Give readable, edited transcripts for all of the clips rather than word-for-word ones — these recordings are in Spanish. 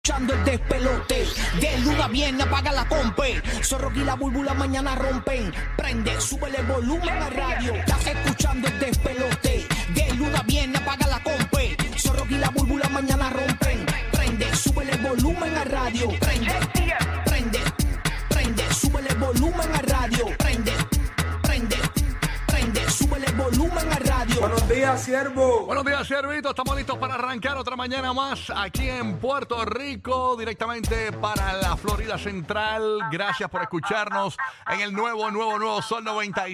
Escuchando el despelote, de luna viene, apaga la compe. Zorro y la búlbula mañana rompen. Prende, súbele el volumen a radio. Estás escuchando el despelote, de luna viene, apaga la compe. Zorro y la búlbula mañana rompen. Prende, súbele el volumen a radio. Prende, prende, prende, súbele el volumen a radio. Prende, prende, prende, súbele el volumen a radio. Buenos días, siervo. Buenos días, siervito. Estamos listos para arrancar otra mañana más aquí en Puerto Rico, directamente para la Florida Central. Gracias por escucharnos en el nuevo Sol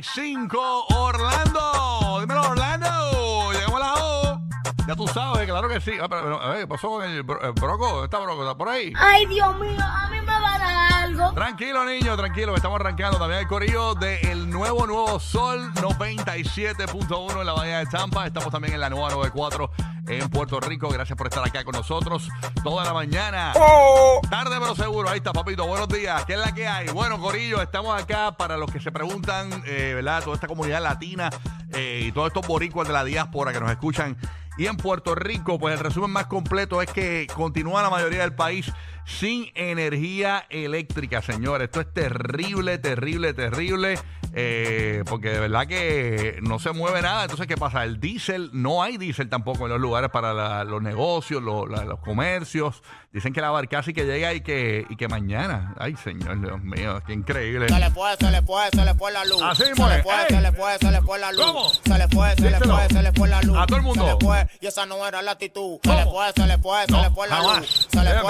95. Orlando, dímelo, Orlando. Llegamos a la O. Ya tú sabes, claro que sí. ¿Qué pasó con el Broco? ¿Está Broco? ¿Está por ahí? Ay, Dios mío, a mí me va a dar algo. Tranquilo, niño, tranquilo, que estamos arrancando también el corillo del nuevo Sol 97.1 en la Bahía de Tampa. Estamos también en la nueva 94 en Puerto Rico. Gracias por estar acá con nosotros toda la mañana. Tarde pero seguro. Ahí está, papito. Buenos días. ¿Qué es la que hay? Bueno, corillo, estamos acá para los que se preguntan, ¿verdad? Toda esta comunidad latina y todos estos boricuas de la diáspora que nos escuchan. Y en Puerto Rico, pues el resumen más completo es que continúa la mayoría del país sin energía eléctrica, señores. Esto es terrible, terrible, terrible. Porque de verdad que no se mueve nada. Entonces, ¿qué pasa? El diésel, no hay diésel tampoco en los lugares para los negocios, los comercios. Dicen que la barcaza y que llega y que mañana. Ay, señor, Dios mío, qué increíble. Se le fue la luz. Así, se muere. le fue la luz. ¿Cómo? Se le fue la luz. A todo el mundo. Se le fue, y esa no era la actitud. Se le fue la jamás. luz. Se le Mira, fue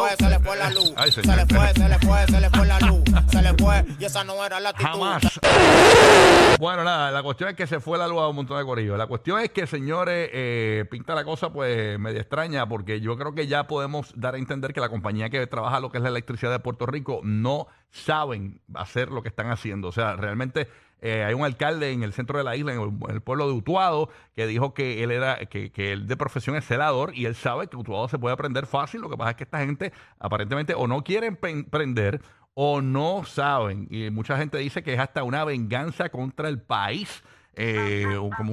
la luz. Ay, Se señor. le fue la luz. Se le fue, y esa no era la actitud. Jamás. Bueno, nada, la cuestión es que se fue la luz a un montón de corillos. La cuestión es que, señores, pinta la cosa pues medio extraña, porque yo creo que ya podemos dar a entender que la compañía que trabaja lo que es la electricidad de Puerto Rico no saben hacer lo que están haciendo. O sea, realmente hay un alcalde en el centro de la isla, en el pueblo de Utuado, que dijo que él era que él de profesión es celador y él sabe que Utuado se puede prender fácil. Lo que pasa es que esta gente aparentemente o no quieren prender o no saben. Y mucha gente dice que es hasta una venganza contra el país. Como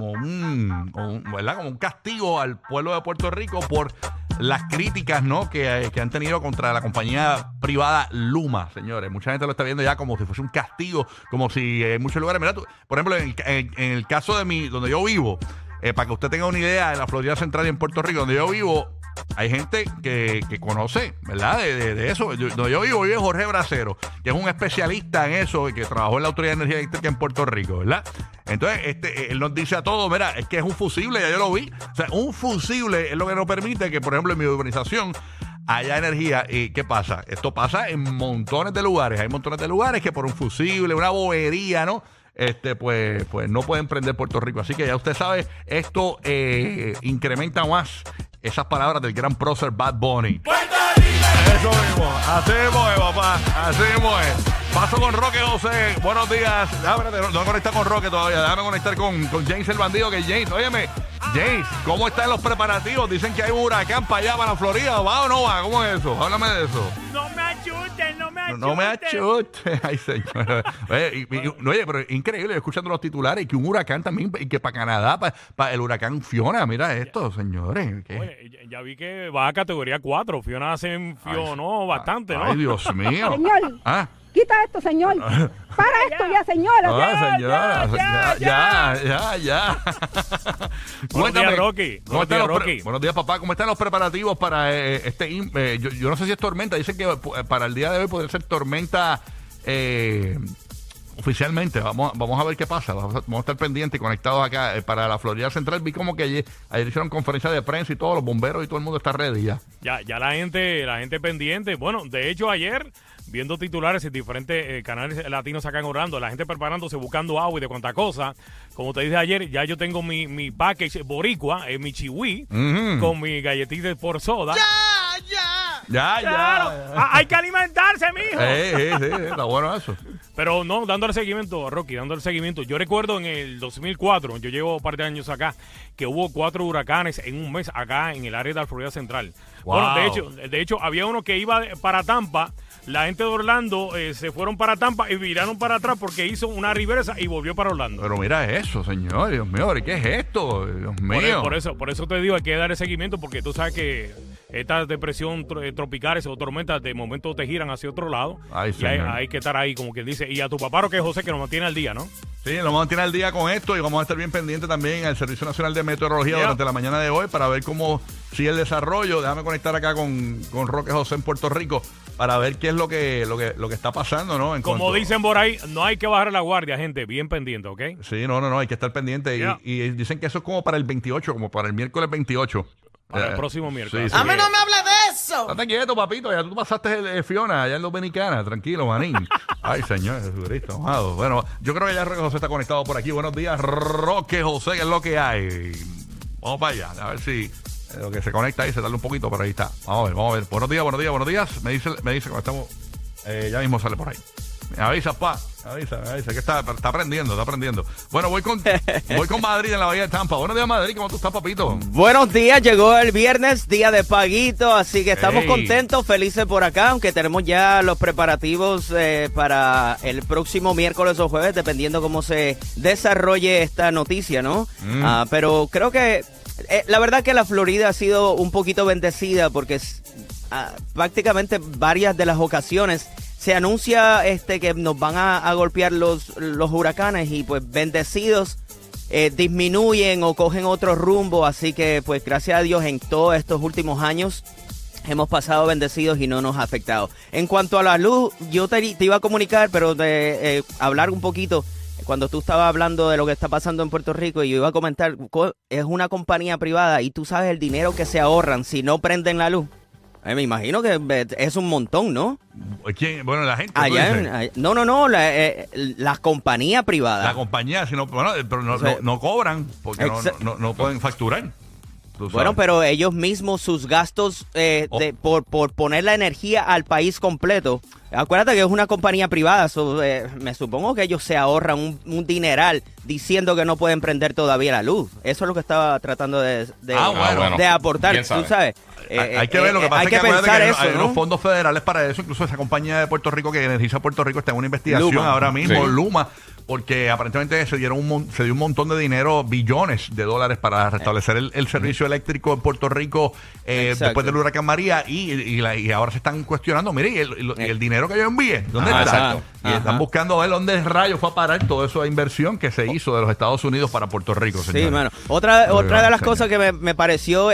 un castigo al pueblo de Puerto Rico por las críticas, ¿no? que han tenido contra la compañía privada Luma, señores. Mucha gente lo está viendo ya como si fuese un castigo, como si en muchos lugares, mira, por ejemplo, en el caso de donde yo vivo, para que usted tenga una idea, en la Florida Central y en Puerto Rico, donde yo vivo, hay gente que conoce, ¿verdad? De eso. Donde yo vivo, vive Jorge Bracero, que es un especialista en eso y que trabajó en la Autoridad de Energía Eléctrica en Puerto Rico, ¿verdad? Entonces, él nos dice a todos, mira, es que es un fusible, ya yo lo vi. O sea, un fusible es lo que nos permite que, por ejemplo, en mi urbanización haya energía. ¿Y qué pasa? Esto pasa en montones de lugares. Hay montones de lugares que por un fusible, una bobería, ¿no? Pues no pueden prender Puerto Rico. Así que ya usted sabe, esto incrementa más esas palabras del gran prócer Bad Bunny. Eso mismo, así mismo es, papá, así mismo es. Paso con Roque José, buenos días. No conectar con Roque todavía, déjame conectar con James el bandido, que James, óyeme, James, ¿cómo están los preparativos? Dicen que hay un huracán para allá, para la Florida, ¿va o no va? ¿Cómo es eso? Háblame de eso. No me achuten. No me achute. Ay, señor. Oye, pero increíble, escuchando los titulares, que un huracán también, y que para Canadá, para el huracán Fiona, mira esto, señores. ¿Qué? Oye, ya vi que va a categoría 4. Fiona se enfionó bastante, ¿no? Ay, Dios mío. Señor, quita esto, señor. Para esto ya, señora. Señora, ya. Buenos días, Rocky. Buenos días, papá. ¿Cómo están los preparativos para yo no sé si es tormenta. Dicen que para el día de hoy podría ser tormenta oficialmente. Vamos a ver qué pasa. Vamos a estar pendientes y conectados acá para la Florida Central. Vi como que ayer hicieron conferencia de prensa y todos los bomberos y todo el mundo está ready ya. Ya la gente pendiente. Bueno, de hecho ayer, viendo titulares en diferentes canales latinos acá en Orlando, la gente preparándose, buscando agua y de cuánta cosa. Como te dije ayer, ya yo tengo mi package boricua, mi chihui, con mi galletita por soda. Ya. Hay que alimentarse, mijo. Sí, está bueno eso. Pero no, dándole seguimiento, Rocky, dándole seguimiento. Yo recuerdo en el 2004, yo llevo un par de años acá, que hubo 4 huracanes en un mes acá en el área de la Florida Central. Wow. Bueno, de hecho, había uno que iba para Tampa. La gente de Orlando se fueron para Tampa y viraron para atrás porque hizo una reversa y volvió para Orlando. Pero mira eso, señor, Dios mío, ¿qué es esto? Dios mío. Por eso te digo, hay que dar el seguimiento porque tú sabes que estas depresión tropicales o tormentas de momento te giran hacia otro lado. Ay, y hay, señor. hay que estar ahí, como quien dice. Y a tu papá, que es José, que nos mantiene al día, ¿no? Sí, lo vamos a tener al día con esto y vamos a estar bien pendientes también al Servicio Nacional de Meteorología Yeah. durante la mañana de hoy para ver cómo sigue el desarrollo. Déjame conectar acá con Roque José en Puerto Rico para ver qué es lo que está pasando, ¿no? Como dicen por ahí, no hay que bajar la guardia, gente. Bien pendiente, ¿ok? Sí, no, hay que estar pendiente. Yeah. Y dicen que eso es como para el 28, como para el miércoles 28. Para el próximo miércoles. Sí, sí. A mí no me hable de eso. Estate quieto, papito. Ya tú pasaste el Fiona allá en Dominicana. Tranquilo, manín. Ay, señor Jesucristo, amado. Bueno, yo creo que ya Roque José está conectado por aquí. Buenos días, Roque José, ¿qué es lo que hay? Vamos para allá, a ver si lo que se conecta ahí se tarda un poquito, pero ahí está. Vamos a ver. Buenos días. Me dice cuando estamos. Ya mismo sale por ahí. Me avisa, me avisa, que está aprendiendo. Bueno, voy con Madrid en la Bahía de Tampa. Buenos días, Madrid, ¿cómo tú estás, papito? Buenos días, llegó el viernes, día de paguito, así que estamos Ey. contentos, felices por acá, aunque tenemos ya los preparativos para el próximo miércoles o jueves, dependiendo cómo se desarrolle esta noticia, ¿no? Pero creo que la verdad que la Florida ha sido un poquito bendecida porque prácticamente varias de las ocasiones se anuncia que nos van a golpear los huracanes y pues bendecidos disminuyen o cogen otro rumbo, así que pues gracias a Dios en todos estos últimos años hemos pasado bendecidos y no nos ha afectado. En cuanto a la luz, yo te iba a comunicar, pero de hablar un poquito cuando tú estabas hablando de lo que está pasando en Puerto Rico, y yo iba a comentar, es una compañía privada y tú sabes el dinero que se ahorran si no prenden la luz. Me imagino que es un montón, ¿no? ¿Quién? Bueno, la gente. No, las compañías privadas. La compañía, pero no cobran porque no pueden facturar. Bueno, pero ellos mismos, sus gastos por poner la energía al país completo. Acuérdate que es una compañía privada, me supongo que ellos se ahorran un dineral diciendo que no pueden prender todavía la luz. Eso es lo que estaba tratando de aportar, tú sabes. Hay que ver, lo que pasa es que acuérdate que hay ¿no? unos fondos federales para eso. Incluso esa compañía de Puerto Rico que energiza Puerto Rico está en una investigación Luma. ahora mismo, Sí. Luma, porque aparentemente se dio un montón de dinero, billones de dólares para restablecer el servicio eléctrico en Puerto Rico después del huracán María y ahora se están cuestionando, mire, y el dinero que yo envié, ¿dónde está? Exacto. Y están buscando ver dónde rayos fue a parar toda esa inversión que se hizo de los Estados Unidos para Puerto Rico, señores. Sí, mano. Otra de las cosas que me pareció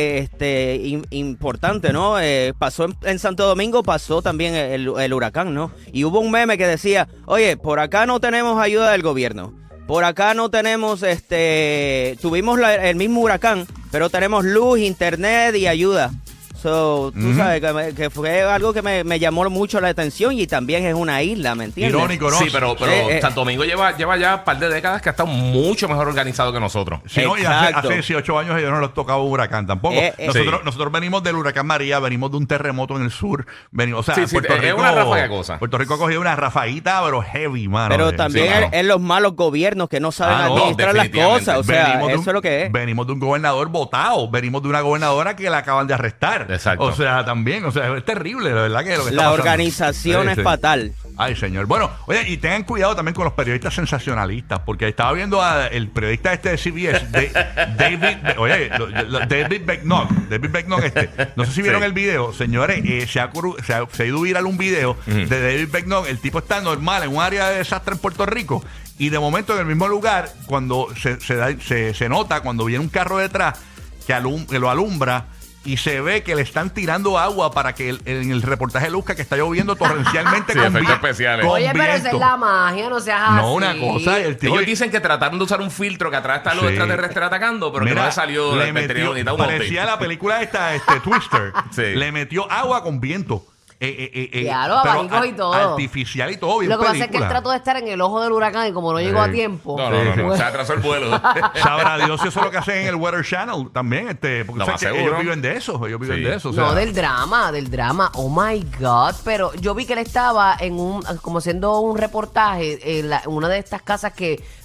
importante, ¿no? Pasó en Santo Domingo, pasó también el huracán, ¿no? Y hubo un meme que decía, oye, por acá no tenemos ayuda del gobierno. Por acá no tenemos, tuvimos el mismo huracán, pero tenemos luz, internet y ayuda. Tú sabes que fue algo que me llamó mucho la atención y también es una isla, ¿me entiendes? Irónico, ¿no? Sí, pero Santo Domingo lleva ya un par de décadas que ha estado mucho mejor organizado que nosotros. Sí, no, y Exacto. hace 18 años ellos no les tocaba un huracán tampoco. Nosotros venimos del huracán María, venimos de un terremoto en el sur. Puerto Rico, es una ráfaga de cosas. Puerto Rico ha cogido una rafaguita, pero heavy, mano. Pero también mano. es los malos gobiernos que no saben administrar las definitivamente. cosas. O sea, eso es lo que es. Venimos de un gobernador votado, venimos de una gobernadora que la acaban de arrestar. Exacto. O sea, también, es terrible, la verdad que lo que está La pasando. organización es fatal. Ay, señor. Bueno, oye, y tengan cuidado también con los periodistas sensacionalistas, porque estaba viendo el periodista de CBS, David Becknock. No sé si vieron el video, señores, se ha ido viral un video de David Becknock. El tipo está normal en un área de desastre en Puerto Rico y de momento en el mismo lugar, cuando se nota, cuando viene un carro detrás que lo alumbra, y se ve que le están tirando agua para que en el reportaje luzca que está lloviendo torrencialmente Sí, con efectos viento. especiales. Con Oye, pero esa viento. es la magia, no seas así. No, una cosa, el tío Ellos dicen que trataron de usar un filtro que atrás está los Sí. extraterrestres atacando, pero Mira, que no le salió le el metió, veterinario, un parecía la película esta, Twister. Sí. Le metió agua con viento. Claro, pero abanicos y todo. artificial y todo, bien Lo que pasa es que película. él trató de estar en el ojo del huracán y como no llegó a tiempo. No, se atrasó el vuelo. Sabrá Dios si eso es lo que hacen en el Weather Channel también, porque Lo sabes más que seguro. ellos viven de eso, o sea, No, del drama. Oh my God. Pero yo vi que él estaba como haciendo un reportaje en una de estas casas que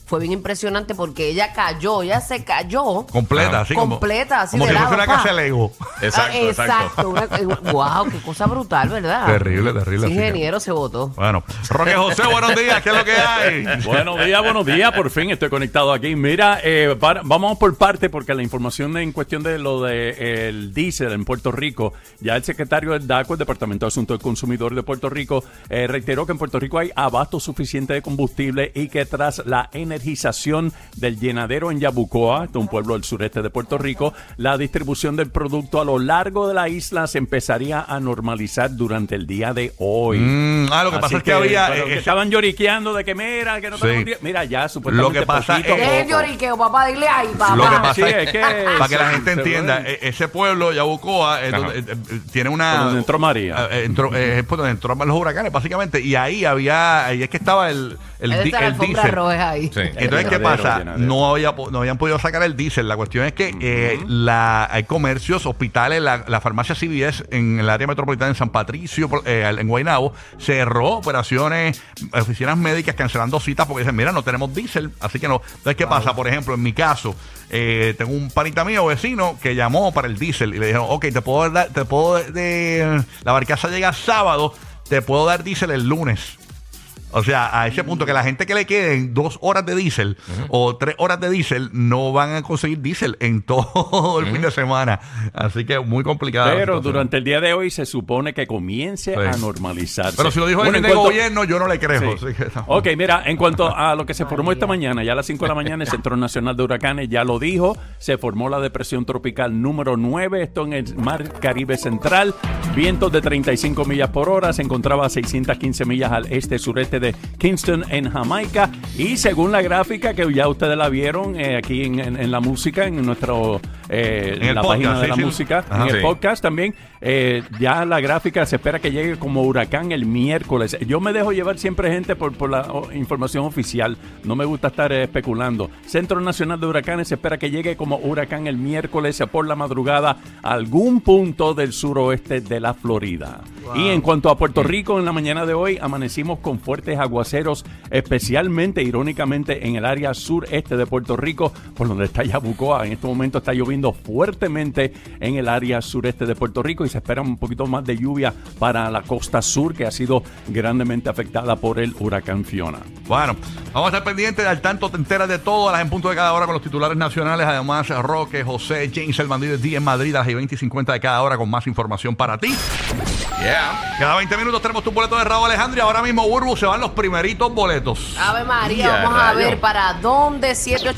fue bien impresionante porque ella se cayó. Completa, así completa, así como de si lado, fuese una casa de Lego. Exacto. Wow, qué cosa brutal, ¿verdad? Terrible. Sí, ingeniero se votó. Bueno, Roque José, buenos días, ¿qué es lo que hay? Buenos días, por fin estoy conectado aquí. Mira, vamos por parte porque la información en cuestión de lo de el diésel en Puerto Rico, ya el secretario del DACO, el Departamento de Asuntos del Consumidor de Puerto Rico, reiteró que en Puerto Rico hay abasto suficiente de combustible y que tras la energización del llenadero en Yabucoa, un pueblo del sureste de Puerto Rico, la distribución del producto a lo largo de la isla se empezaría a normalizar durante el día de hoy. Lo que pasa es que había... que estaban lloriqueando de que mira, que no tenemos... Mira, ya supuestamente lo que pasa poquito, ¿Qué es el lloriqueo, papá? Dile ahí, papá. Lo que pasa Sí, es que para que la gente entienda, ese pueblo, Yabucoa, tiene una... donde entró María. Donde entraron los huracanes, básicamente, y ahí es que estaba el diésel. Roja ahí. Sí. Entonces, ¿qué pasa? No habían podido sacar el diésel. La cuestión es que hay comercios, hospitales, la farmacia CVS en el área metropolitana en San Patricio, en Guaynabo, cerró operaciones, oficinas médicas cancelando citas porque dicen, mira, no tenemos diésel, así que no. Entonces, ¿qué pasa? Por ejemplo, en mi caso, tengo un panita mío, vecino, que llamó para el diésel y le dijeron, ok, la barcaza llega sábado, te puedo dar diésel el lunes. O sea, a ese punto que la gente que le queden 2 horas de diésel o 3 horas de diésel no van a conseguir diésel en todo el fin de semana. Así que muy complicado. Pero durante el día de hoy se supone que comience a normalizarse. Pero si lo dijo el gobierno, yo no le creo. Sí. Así que, Ok, mira, en cuanto a lo que se formó esta mañana, ya a las 5 de la mañana, el Centro Nacional de Huracanes ya lo dijo, se formó la depresión tropical número 9, esto en el Mar Caribe Central, vientos de 35 millas por hora, se encontraba a 615 millas al este-sureste de Kingston en Jamaica, y según la gráfica que ya ustedes la vieron aquí en la música, en nuestro en la podcast, página de la música, en el podcast también, ya la gráfica se espera que llegue como huracán el miércoles. Yo me dejo llevar siempre, gente, por la información oficial, no me gusta estar especulando. Centro Nacional de Huracanes se espera que llegue como huracán el miércoles por la madrugada a algún punto del suroeste de la Florida. Wow. Y en cuanto a Puerto Rico, en la mañana de hoy amanecimos con fuertes aguaceros, especialmente, irónicamente, en el área sureste de Puerto Rico, por donde está Yabucoa. En este momento está lloviendo fuertemente en el área sureste de Puerto Rico y se espera un poquito más de lluvia para la costa sur, que ha sido grandemente afectada por el huracán Fiona. Bueno, vamos a estar pendientes, al tanto te enteras de todo, a las en punto de cada hora con los titulares nacionales. Además, Roque, José, James, el bandido de en Madrid a las 20:50 de cada hora con más información para ti. Cada 20 minutos tenemos tu boleto de Raúl Alejandro y ahora mismo, Burbu, se van los primeritos boletos. Ave María, vamos a ver para dónde.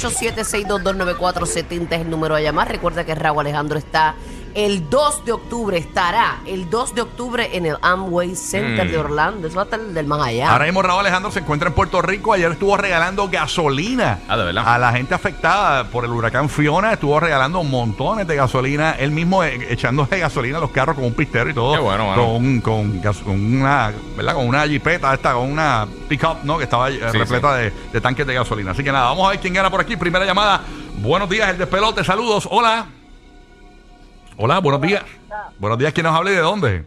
787-622-9470 es el número a llamar. Recuerda que Raúl Alejandro estará el 2 de octubre en el Amway Center de Orlando. Eso va a estar del más allá. Ahora mismo Raúl Alejandro se encuentra en Puerto Rico. Ayer estuvo regalando gasolina ¿de verdad? A la gente afectada por el huracán Fiona. Estuvo regalando montones de gasolina. Él mismo echándole gasolina a los carros con un pistero y todo. Qué bueno, con una, ¿verdad? Con una jipeta con una pick-up, ¿no? Que estaba repleta de tanques de gasolina. Así que nada, vamos a ver quién gana por aquí. Primera llamada. Buenos días, el despelote. Saludos. Hola, buenos días. Buenos días, ¿quién nos habla y de dónde?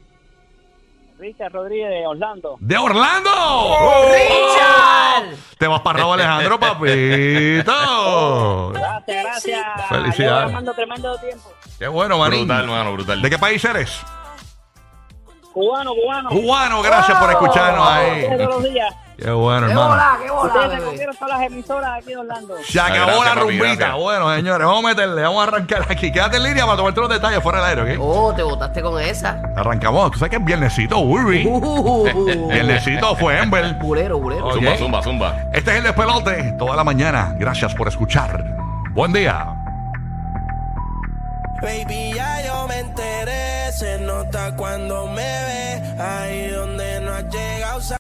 Richard Rodríguez de Orlando. ¡De Orlando! ¡Richard! Te vas para Raúl Alejandro, papito. Gracias. Felicidades. Llevo tremendo tiempo. Qué bueno, manín. Brutal, mano, brutal. ¿De qué país eres? Cubano, gracias por escucharnos ahí. Todos los días. Qué bueno, hermano. Ustedes se cogieron todas las emisoras aquí en Orlando. Se acabó Gracias, la papi, rumbita. gracias. Bueno, señores, vamos a meterle, vamos a arrancar aquí. Quédate en línea para tomarte los detalles fuera del aire, ¿ok? Oh, te botaste con esa. Arrancamos. Tú sabes que es viernesito, Urbi. Viernesito fue Ember. Bulero. Okay. Zumba. Este es el despelote toda la mañana. Gracias por escuchar. Buen día. Baby, ya yo me enteré, se nota cuando me ve. Ahí